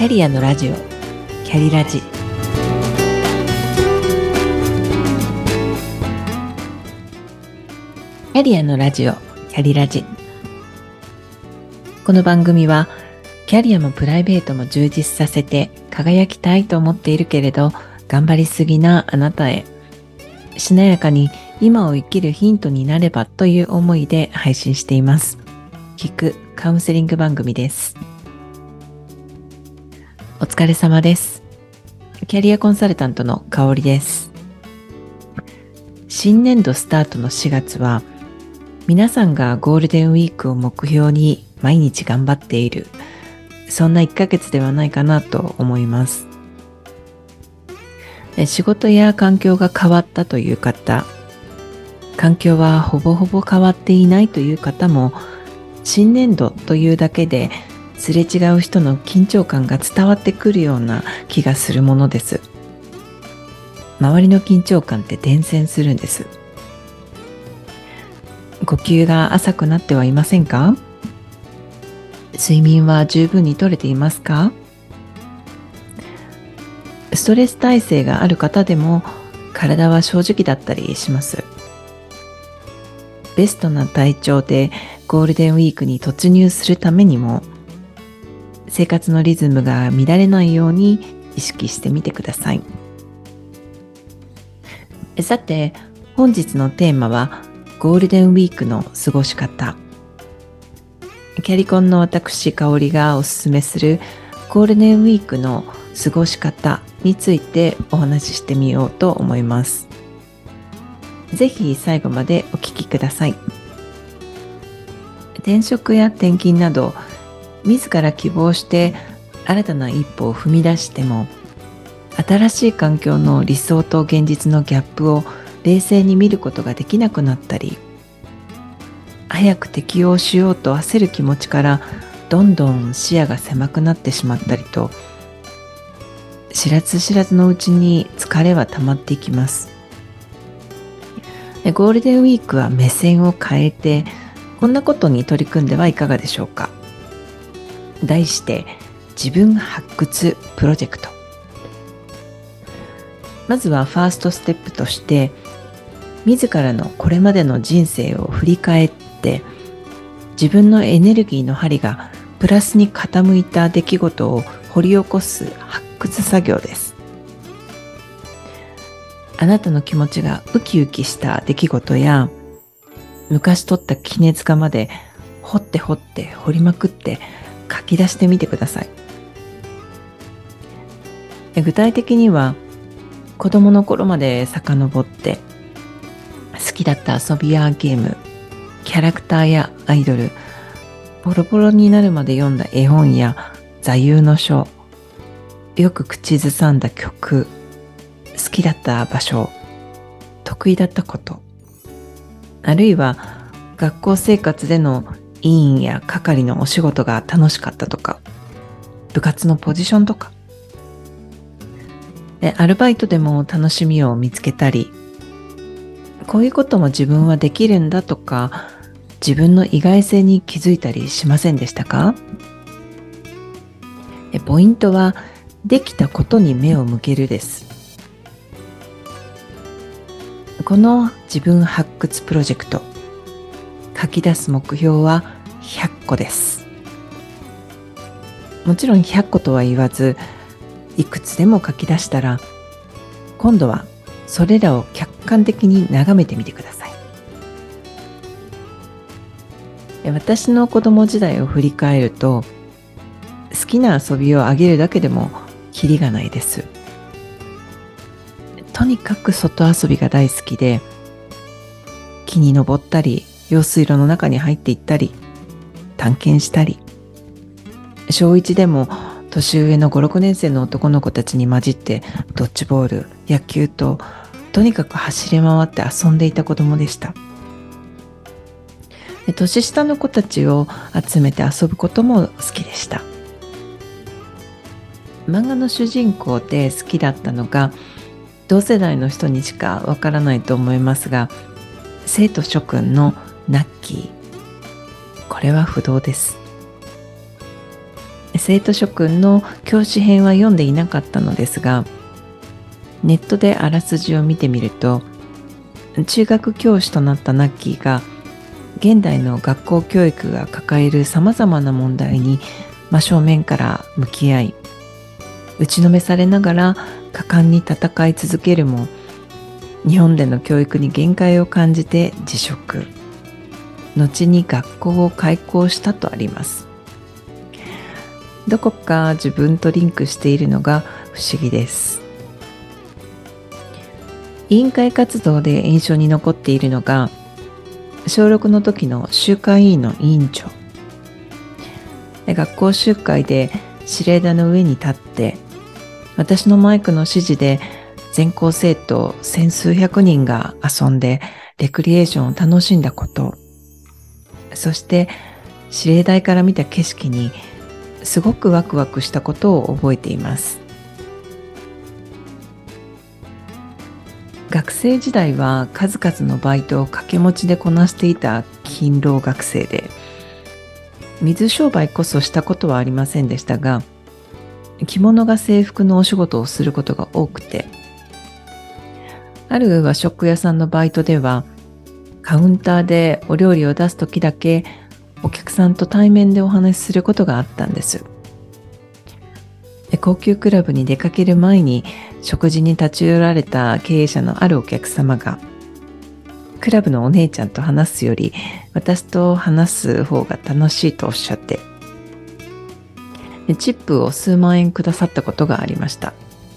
キャリアのラジオ、キャリラジ。キャリアのラジオ、キャリラジ。この番組はキャリアもプライベートも充実させて輝きたいと思っているけれど頑張りすぎなあなたへ、しなやかに今を生きるヒントになればという思いで配信しています。聞くカウンセリング番組です。お疲れ様です。キャリアコンサルタントの香織です。新年度スタートの4月は皆さんがゴールデンウィークを目標に毎日頑張っている、そんな1ヶ月ではないかなと思います。仕事や環境が変わったという方、環境はほぼほぼ変わっていないという方も、新年度というだけですれ違う人の緊張感が伝わってくるような気がするものです。周りの緊張感って伝染するんです。呼吸が浅くなってはいませんか？睡眠は十分に取れていますか？ストレス耐性がある方でも体は正直だったりします。ベストな体調でゴールデンウィークに突入するためにも生活のリズムが乱れないように意識してみてください。さて、本日のテーマはゴールデンウィークの過ごし方。キャリコンの私香織がおすすめするゴールデンウィークの過ごし方についてお話ししてみようと思います。ぜひ最後までお聞きください。転職や転勤など自ら希望して新たな一歩を踏み出しても、新しい環境の理想と現実のギャップを冷静に見ることができなくなったり、早く適応しようと焦る気持ちからどんどん視野が狭くなってしまったりと、知らず知らずのうちに疲れは溜まっていきます。ゴールデンウィークは目線を変えてこんなことに取り組んではいかがでしょうか。題して自分発掘プロジェクト。まずはファーストステップとして自らのこれまでの人生を振り返って自分のエネルギーの針がプラスに傾いた出来事を掘り起こす発掘作業です。あなたの気持ちがウキウキした出来事や昔取った杵柄まで掘って掘りまくって書き出してみてください。具体的には子供の頃まで遡って好きだった遊びやゲーム、キャラクターやアイドル、ボロボロになるまで読んだ絵本や座右の書、よく口ずさんだ曲、好きだった場所、得意だったこと、あるいは学校生活での委員や係のお仕事が楽しかったとか、部活のポジションとか、アルバイトでも楽しみを見つけたり、こういうことも自分はできるんだとか、自分の意外性に気づいたりしませんでしたか？ポイントはできたことに目を向けるです。この自分発掘プロジェクト、書き出す目標は100個です。もちろん100個とは言わず、いくつでも書き出したら、今度はそれらを客観的に眺めてみてください。私の子供時代を振り返ると、好きな遊びをあげるだけでもキリがないです。とにかく外遊びが大好きで、木に登ったり、用水路の中に入っていったり、探検したり、小1でも年上の5、6年生の男の子たちに混じってドッジボール、野球ととにかく走り回って遊んでいた子供でした。年下の子たちを集めて遊ぶことも好きでした。漫画の主人公で好きだったのが、同世代の人にしかわからないと思いますが、生徒諸君のナッキー、これは不動です。 生徒諸君の教師編は読んでいなかったのですが、ネットであらすじを見てみると、中学教師となったナッキーが現代の学校教育が抱えるさまざまな問題に真正面から向き合い、打ちのめされながら果敢に戦い続けるも、日本での教育に限界を感じて辞職。後に学校を開校したとあります。どこか自分とリンクしているのが不思議です。委員会活動で印象に残っているのが、小6の時の集会委員の委員長。学校集会で指令台の上に立って、私のマイクの指示で全校生徒千数百人が遊んでレクリエーションを楽しんだこと、そして指令台から見た景色にすごくワクワクしたことを覚えています。学生時代は数々のバイトを掛け持ちでこなしていた勤労学生で、水商売こそしたことはありませんでしたが、着物が制服のお仕事をすることが多くて、ある和食屋さんのバイトでは、カウンターでお料理を出すときだけお客さんと対面でお話しすることがあったんです。高級クラブに出かける前に食事に立ち寄られた経営者のあるお客様が、クラブのお姉ちゃんと話すより私と話す方が楽しいとおっしゃって、チップを数万円くださったことがありました。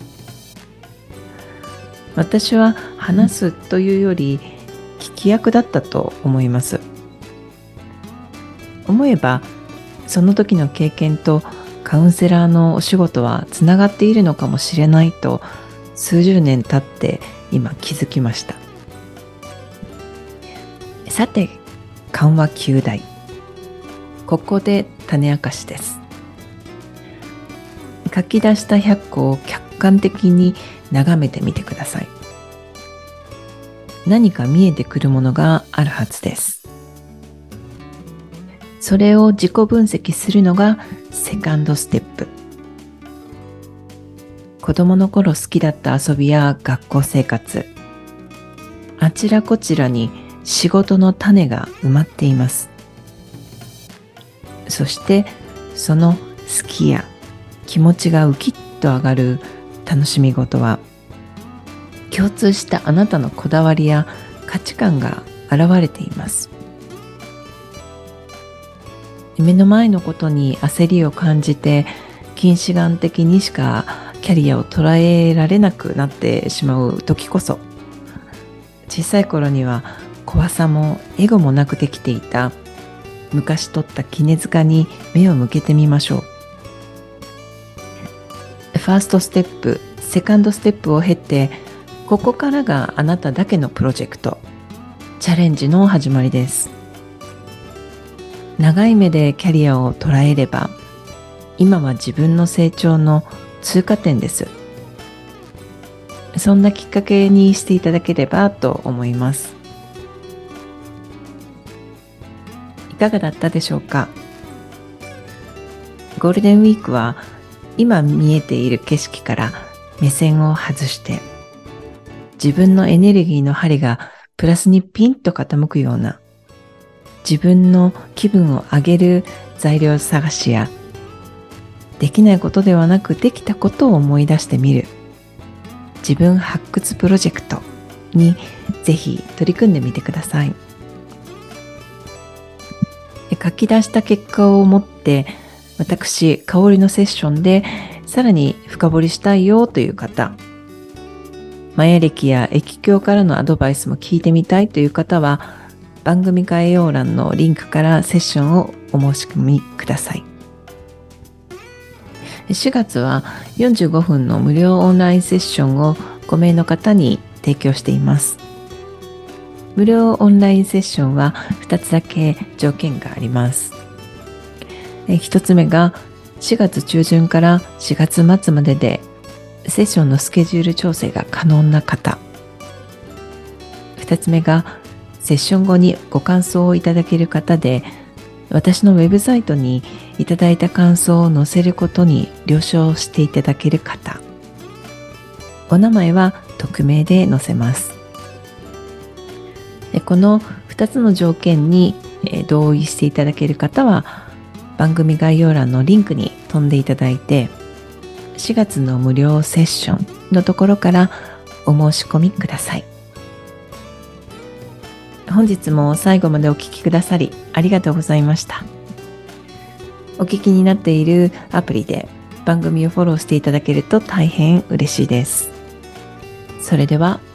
私は話すというより聞き役だったと思います。思えばその時の経験とカウンセラーのお仕事はつながっているのかもしれないと、数十年経って今気づきました。さて、緩和9大。ここで種明かしです。書き出した100個を客観的に眺めてみてください。何か見えてくるものがあるはずです。それを自己分析するのがセカンドステップ。子供の頃好きだった遊びや学校生活、あちらこちらに仕事の種が埋まっています。そしてその好きや気持ちがウキッと上がる楽しみ事は、共通したあなたのこだわりや価値観が現れています。目の前のことに焦りを感じて、近視眼的にしかキャリアを捉えられなくなってしまう時こそ、小さい頃には怖さもエゴもなくできていた昔取った杵塚に目を向けてみましょう。ファーストステップ、セカンドステップを経て、ここからがあなただけのプロジェクト、チャレンジの始まりです。長い目でキャリアを捉えれば、今は自分の成長の通過点です。そんなきっかけにしていただければと思います。いかがだったでしょうか。ゴールデンウィークは今見えている景色から目線を外して、自分のエネルギーの針がプラスにピンと傾くような、自分の気分を上げる材料探しや、できないことではなくできたことを思い出してみる自分発掘プロジェクトにぜひ取り組んでみてください。書き出した結果をもって私香りのセッションでさらに深掘りしたいよという方、マヤ歴や易経からのアドバイスも聞いてみたいという方は、番組概要欄のリンクからセッションをお申し込みください。4月は45分の無料オンラインセッションを5名の方に提供しています。無料オンラインセッションは2つだけ条件があります。1つ目が4月中旬から4月末まででセッションのスケジュール調整が可能な方。2つ目がセッション後にご感想をいただける方で、 私のウェブサイトにいただいた感想を載せることに了承していただける方、お名前は匿名で載せます。でこの2つの条件に同意していただける方は、番組概要欄のリンクに飛んでいただいて、4月の無料セッションのところからお申し込みください。本日も最後までお聞きくださりありがとうございました。お聞きになっているアプリで番組をフォローしていただけると大変嬉しいです。それでは